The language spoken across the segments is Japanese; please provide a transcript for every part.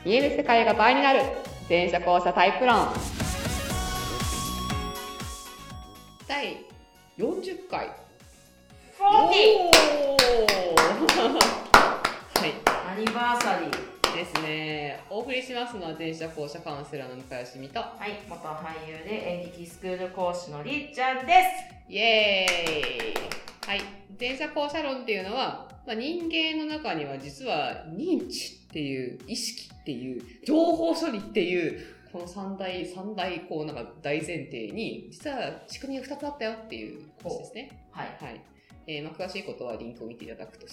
見える世界が倍になる全社交差タイプ論第40回 40 はいアニバーサリーですね。お送りしますのは全社交差カウンセラーの向井しみと、 はい、元俳優で演劇スクール講師のりっちゃんです。 イエーイ。はい、全社交差論っていうのは、人間の中には実は認知っていう意識っていう情報処理っていうこの三大こうなんか大前提に実は仕組みが2つあったよっていう話ですね。 はいはい。詳しいことはリンクを見ていただくとして、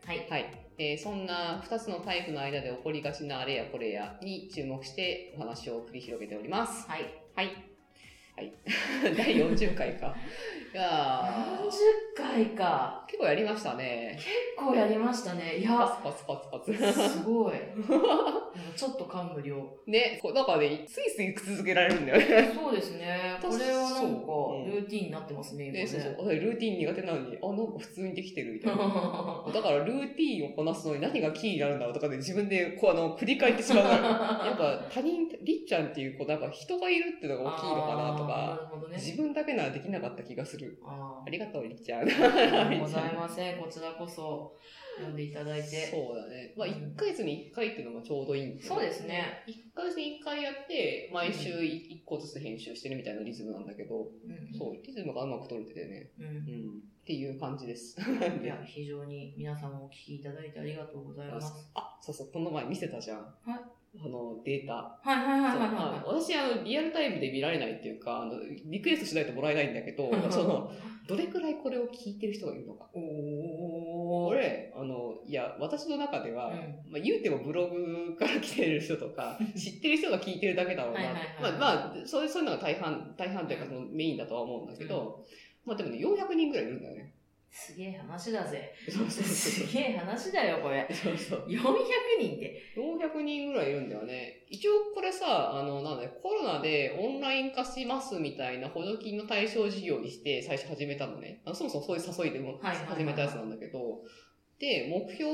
はいはいそんな2つのタイプの間で起こりがちなあれやこれやに注目してお話を繰り広げております。 はいはいはい第40回か。いや 40回か。 結構やりましたね。 結構やりましたね。いや、 パツパツすごい。ちょっと感無量。 ね、だからね、スイスイ続けられるんだよね。 そうですね。これはなんかルーティンになってますね、今ね。 そう。ルーティン苦手なのに、なんか普通にできてるみたいな。だからルーティンをこなすのに何がキーになるんだろうとかで自分で繰り返ってしまうから。やっぱりっちゃんっていうなんか人がいるっていうのが大きいのかなとか、 なるほどね、 自分だけならできなかった気がする。ありがとう、りっちゃん。 ありがとうございません。こちらこそ読んでいただいて。 そうだね。1ヶ月に1回っていうのがちょうどいいんですよ。 そうですね。 1ヶ月に1回やって、毎週1個ずつ編集してるみたいなリズムなんだけど、そう、リズムがうまく取れててね。っていう感じです。 いや、非常に皆さんもお聞きいただいてありがとうございます。 そう、この前見せたじゃん。 はい。 データ。 はい。 私、リアルタイムで見られないっていうか、リクエストしないともらえないんだけど、どれくらいこれを聞いてる人がいるのか。これ、いや、私の中では、言うてもブログから来てる人とか、知ってる人が聞いてるだけだろうな。そういうのが大半というか、そのメインだとは思うんだけど、でもね、400人ぐらいいるんだよね。 すげえ話だぜ。 そうすげえ話だよ、これ。 そう。 400人って。 400人ぐらいいるんだよね。一応これさ、コロナでオンライン化しますみたいな補助金の対象事業にして最初始めたのね。そもそもそういう誘いでも始めたやつなんだけど、で、目標、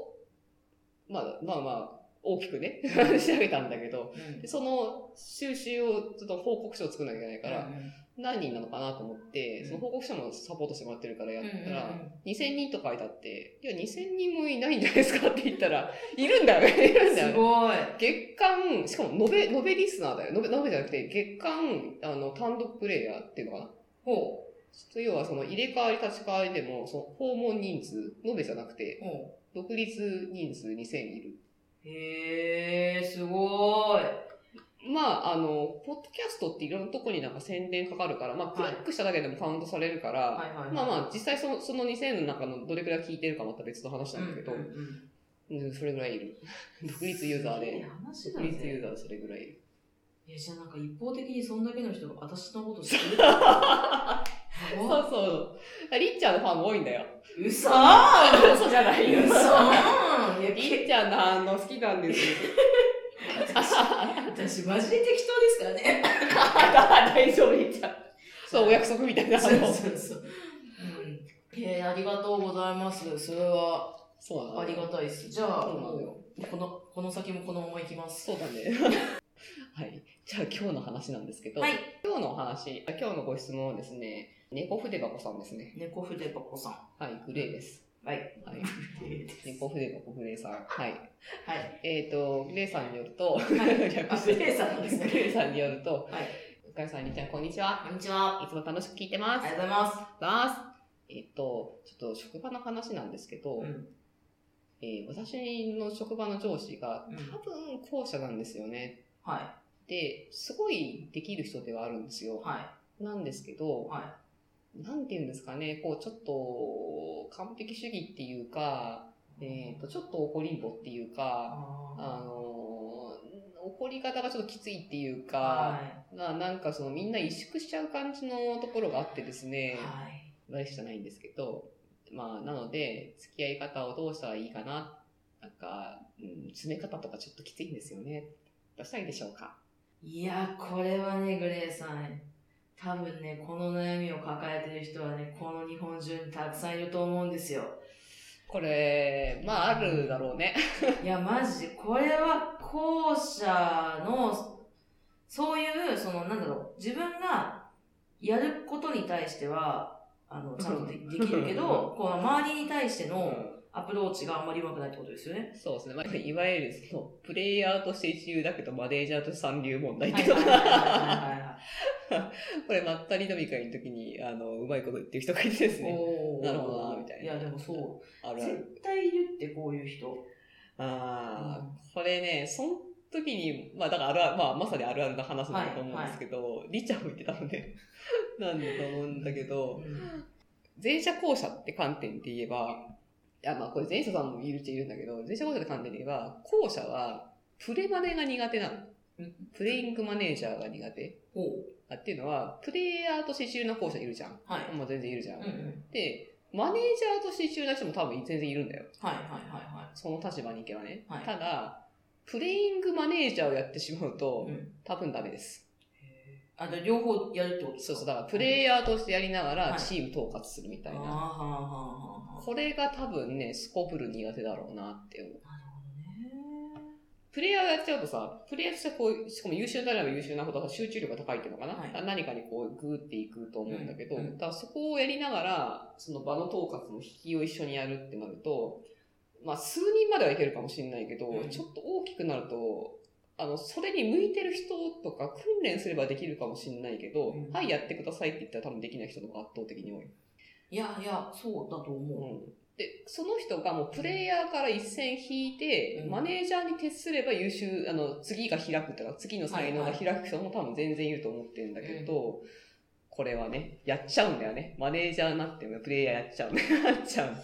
大きくね、仕上げたんだけど、でその収集を、ちょっと報告書を作らなきゃいけないから、何人なのかなと思って、その報告書もサポートしてもらってるからやったら、2000人と書いてあって、いや、2000人もいないんじゃないですかって言ったら、いるんだよね、 すごい。 月間、しかも延べリスナーだよ。延べじゃなくて、月間、単独プレイヤーっていうのかな。要はその入れ替わり立ち替わりでも、その訪問人数、延べじゃなくて、独立人数2000いる。 へー、すごーい。 ポッドキャストっていろんなとこになんか宣伝かかるから、クリックしただけでもカウントされるから、実際その2000の中のどれくらい聞いてるかまた別の話なんだけど、それぐらいいる。独立ユーザーで。独立ユーザーでそれぐらいいる。 じゃあなんか一方的にそんだけの人が私のこと知ってるそう。りっちゃんのファンも多いんだよ。 嘘じゃないよ。りっちゃんの反応好きなんですよ。 私マジで適当ですからね。 大丈夫、りっちゃん。そう、お約束みたいな。 そう。ありがとうございます。それは、ありがたいです。じゃあ、この先もこのままいきます。 そうだね。はい。じゃあ今日の話なんですけど、今日のご質問はですね、猫筆箱さんですね。 猫筆箱さん。 はい、グレーです。猫筆箱グレーさん。はい。グレーさんによると、 グレーさんですね。 グレーさんによると、向井さん、りっちゃん、こんにちは。 こんにちは。 いつも楽しく聞いてます。 ありがとうございます。 ちょっと職場の話なんですけど、私の職場の上司が多分後者なんですよね。で、すごいできる人ではあるんですよ。なんですけど、なんていうんですかね、ちょっと完璧主義っていうか、ちょっと怒りんぼっていうか、怒り方がちょっときついっていうか、なんかみんな萎縮しちゃう感じのところがあってですね、あれじゃないんですけど、なので、付き合い方をどうしたらいいかな、詰め方とかちょっときついんですよね。どうしたらいいでしょうか？ いや、これはね、グレーさん。多分ね、この悩みを抱えてる人はね、この日本中にたくさんいると思うんですよ。 これ、あるだろうね。 いや、マジで、これは後者の、そういう、なんだろう、自分がやることに対しては、ちゃんとできるけど、こう、周りに対してのアプローチがあんまり上手くないってことですよね。 そうですね。いわゆる、プレイヤーとして一流だけど、マネージャーとして三流問題ってことこれ、まったり飲み会の時に、うまいこと言ってる人がいてですね。なるほどな、みたいな。 いや、でもそう。 あるある。 絶対いるって、こういう人。 これね、その時に、だからまさにあるあるな話だと思うんですけど、りちゃんも言ってたので、なんだと思うんだけど、前者後者って観点で言えば、これ前者さんもいるっちゃいるんだけど、前者後者って観点で言えば、後者は、プレマネが苦手なの。プレイングマネージャーが苦手。っていうのは、プレイヤーとして一流な後者いるじゃん。もう全然いるじゃん。で、マネージャーとして一流な人も多分全然いるんだよ。その立場に行けばね。ただ、プレイングマネージャーをやってしまうと、多分ダメです。 両方やるってことですか？ そう、だからプレイヤーとしてやりながらチーム統括するみたいな。これが多分ね、すこぶる苦手だろうなって思う。プレイヤーをやっちゃうとさ、プレイヤーとしてこう、しかも優秀であれば優秀なほど集中力が高いっていうのかな、何かにこう、グーっていくと思うんだけど、だからそこをやりながら、その場の統括の引きを一緒にやるってなると、数人まではいけるかもしれないけど、ちょっと大きくなると、それに向いてる人とか訓練すればできるかもしれないけど、はい、やってくださいって言ったら多分できない人の方が圧倒的に多い。 いや、そうだと思う。 で、その人がもうプレイヤーから一線引いて、マネージャーに徹すれば優秀、次が開くとか、次の才能が開く人も多分全然いると思ってるんだけど、これはね、やっちゃうんだよね。マネージャーになってもプレイヤーやっちゃう。やっちゃう。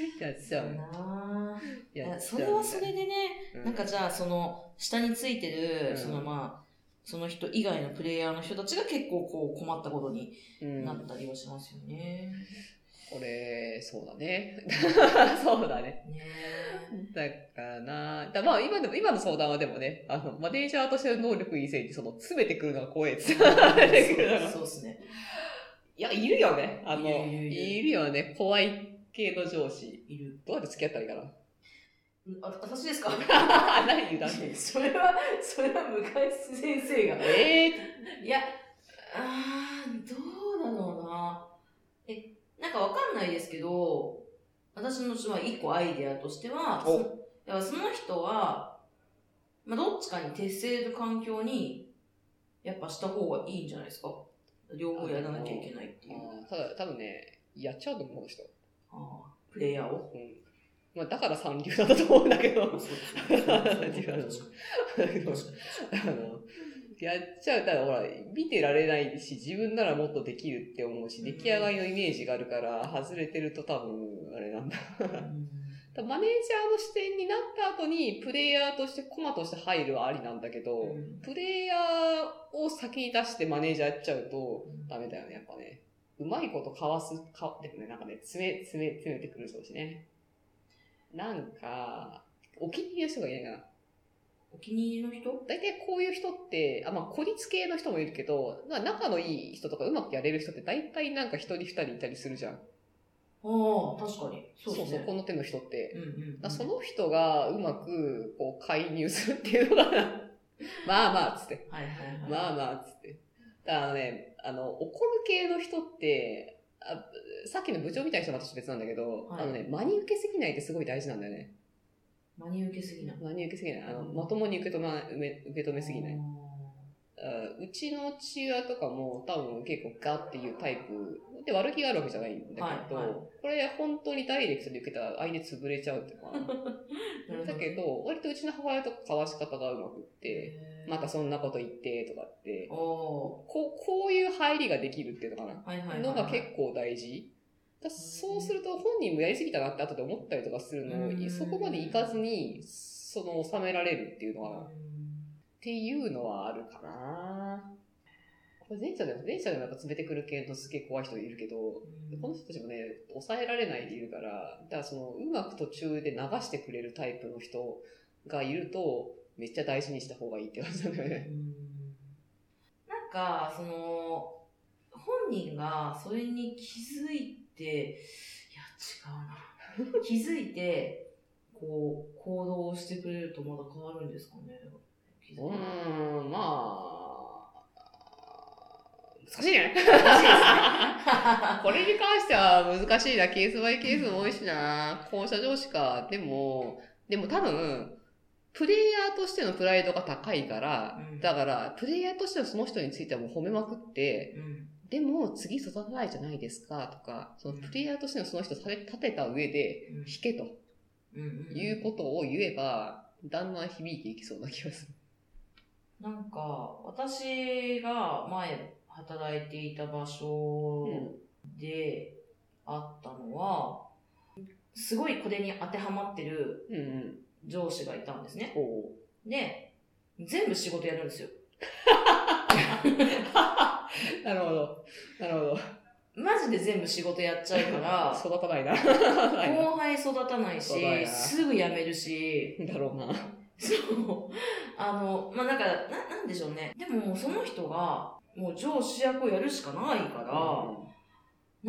それはそれでね、なんかじゃあ、下についてる、その人以外のプレイヤーの人たちが結構こう困ったことになったりはしますよね。 これ、そうだね。そうだね。だからな今の相談はでもね、マネージャーとしての能力以前に詰めてくるのが怖いって。 そうですね。 いや、いるよね。いるよね。怖い系の上司。 いる。 どうやって付き合ったらいいかな。 私ですか？ 何油断して。 それは向井先生が。いや、どうだろうな。なんかわかんないですけど、私の一個アイデアとしては、その人は、どっちかに徹せる環境に、やっぱした方がいいんじゃないですか。両方やらなきゃいけないっていう。 ただ、多分ね、やっちゃうと思う人。 プレイヤーを。 だから三流だと思うんだけど。やっちゃう。ただほら、見てられないし、自分ならもっとできるって思うし、出来上がりのイメージがあるから、外れてると多分、あれなんだ。マネージャーの視点になった後に、プレイヤーとして、コマとして入るはありなんだけど、プレイヤーを先に出してマネージャーやっちゃうと、ダメだよね、やっぱね。うまいことかわす、でもね、なんかね、詰めてくるそうしね。なんか、お気に入りの人がいないかな。 お気に入りの人？ 大体こういう人って、孤立系の人もいるけど、仲のいい人とかうまくやれる人って大体なんか一人二人いたりするじゃん。 確かに。 そう、この手の人って。その人がうまくこう介入するっていうのがつって。つって。だからね、怒る系の人って、さっきの部長みたいな人は私別なんだけど、真に受けすぎないってすごい大事なんだよね。 真に受けすぎない。 まともに受け止めすぎない。うちの父親とかも多分結構ガっていうタイプで悪気があるわけじゃないんだけど、これ本当にダイレクトで受けたら相手潰れちゃうっていうかだけど、割とうちの母親とか交わし方がうまくって、またそんなこと言ってとかって、こういう入りができるっていうのかな、のが結構大事。そうすると本人もやりすぎたなって後で思ったりとかするのを、そこまでいかずに、収められるっていうのは、っていうのはあるかな。これ前者でもやっぱ詰めてくる系のすげえ怖い人いるけど、この人たちもね、抑えられないでいるから、だからうまく途中で流してくれるタイプの人がいると、めっちゃ大事にした方がいいって感じなんだよね。 なんか、本人がそれに気づいて、いや、違うな。気づいて、 こう、行動をしてくれるとまだ変わるんですかね。 まあ、難しいね。 難しいですね。 これに関しては難しいな。ケースバイケースも多いしな。校舎上司か。でも多分、プレイヤーとしてのプライドが高いから、だから、プレイヤーとしてのその人についてはもう褒めまくって、でも次育たないじゃないですかとか、そのプレイヤーとしてのその人を立てた上で、引けということを言えば、だんだん響いていきそうな気がする。 なんか、私が前働いていた場所であったのは、すごいこれに当てはまってる上司がいたんですね。で、全部仕事やるんですよ。 なるほど。なるほど。 マジで全部仕事やっちゃうから、 育たないな。 後輩育たないし、すぐ辞めるし。 だろうな。 そう。まあ、なんか、なんでしょうね。でも、その人が、もう上司役をやるしかないから、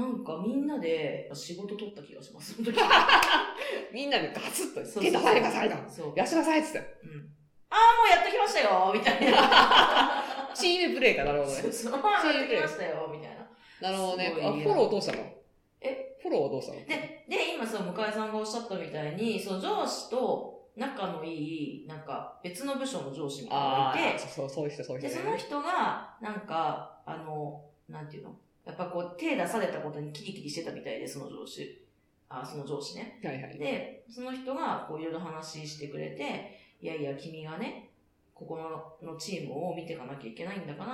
なんかみんなで仕事取った気がします、その時。 みんなでガツッと、手出されてくださいと。やってくださいっつって。 ああ、もうやってきましたよみたいな。 チームプレイか、なるほどね。 そう、やってきましたよみたいな。 なるほどね。フォローどうしたの？フォローはどうしたの？ で、今向井さんがおっしゃったみたいに、その上司と仲のいい、なんか別の部署の上司みたいなのがいて、 そういう人、 で、その人が、なんか、なんていうの？やっぱこう手出されたことにキリキリしてたみたいで、その上司ね。 はいはい。 で、その人がこういろいろ話してくれて、いやいや、君がね、ここのチームを見ていかなきゃいけないんだから、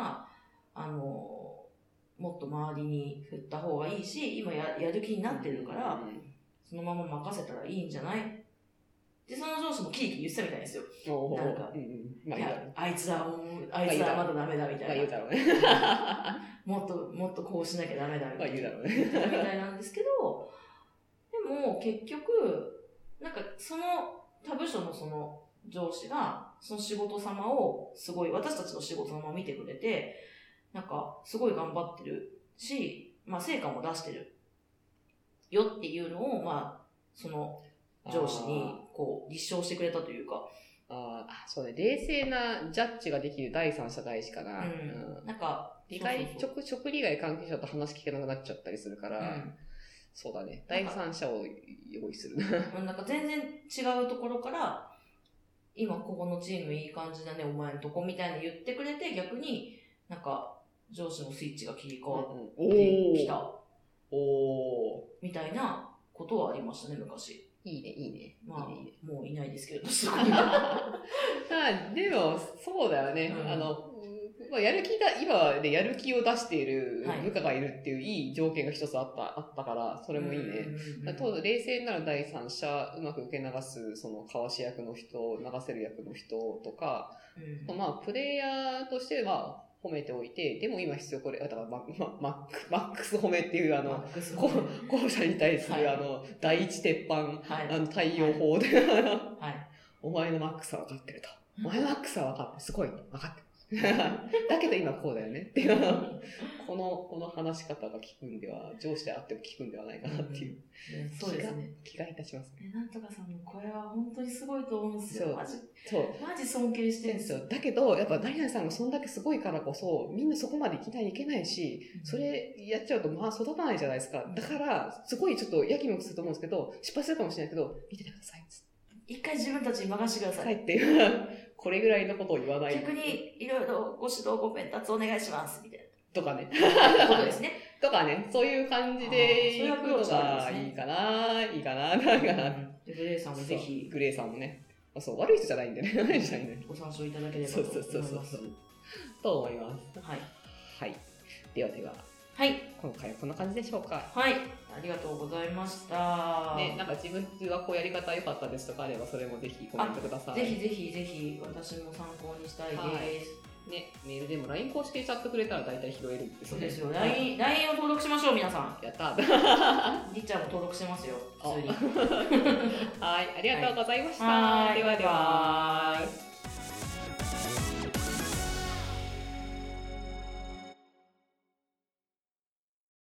もっと周りに振った方がいいし、今やる気になってるから、そのまま任せたらいいんじゃない？で、その上司もキリキリ言ってたみたいですよ。なんか、いや、あいつはまだダメだみたいな。 言うだろうね。 もっとこうしなきゃダメだみたいな。 言うだろうね。 みたいなんですけど、でも結局、なんかその他部署のその上司が、その仕事様をすごい、私たちの仕事様を見てくれて、なんかすごい頑張ってるし、まあ成果も出してるよっていうのを、まあ、その上司にこう立証してくれたというか。 そうね。冷静なジャッジができる第三者大事かな。 なんか、 職利害関係者と話聞けなくなっちゃったりするから、そうだね。第三者を用意する。 なんか全然違うところから、今ここのチームいい感じだね、お前のとこみたいな言ってくれて、逆になんか上司のスイッチが切り替わってきた。みたいなことはありましたね、昔。 いいね。 まあ、もういないですけど、 でも、そうだよね。今でやる気を出している部下がいるっていういい条件が一つあったから、それもいいね。冷静なる第三者、うまく受け流す、その、交わし役の人、流せる役の人とか、まあ、プレイヤーとしては、褒めておいて、でも今必要これ、だからマックス褒めっていう後者に対する第一鉄板、対応法で、お前のマックスは分かってると。お前のマックスは分かってる。すごい。分かってる。だけど今こうだよねっていうこの話し方が聞くんでは、上司であっても聞くんではないかなっていう気がいたしますね。 なんとかさんの声は本当にすごいと思うんですよ。マジ尊敬してるんですよ。 だけど、やっぱ何々さんがそんだけすごいからこそ、みんなそこまでいけないし、それやっちゃうとまあ育たないじゃないですか。だから、すごいちょっとやきもきすると思うんですけど、失敗するかもしれないけど、見ててください。 一回自分たちに任せてください。 っていう、これぐらいのことを言わない。 逆に、いろいろご指導ご鞭達お願いします、みたいな。 とかね。 ことですね。 とかね、そういう感じで行くのがいいかな、 グレーさんもぜひ。 グレーさんもね。そう、悪い人じゃないんでね。悪い人じゃないんで。 ご参照いただければと思います。 と思います。 はい。 はい。では。 はい。 今回はこんな感じでしょうか。 はい。ありがとうございました。 ね、なんか自分はこうやり方良かったですとかあれば、それもぜひコメントください。 ぜひ、私も参考にしたいです。 ね、メールでも LINE 公式でチャットくれたら大体拾えるんですね。そうですよ。LINE を登録しましょう、皆さん。 やったー。りっちゃんも登録してますよ、普通に。 はい、ありがとうございました。では。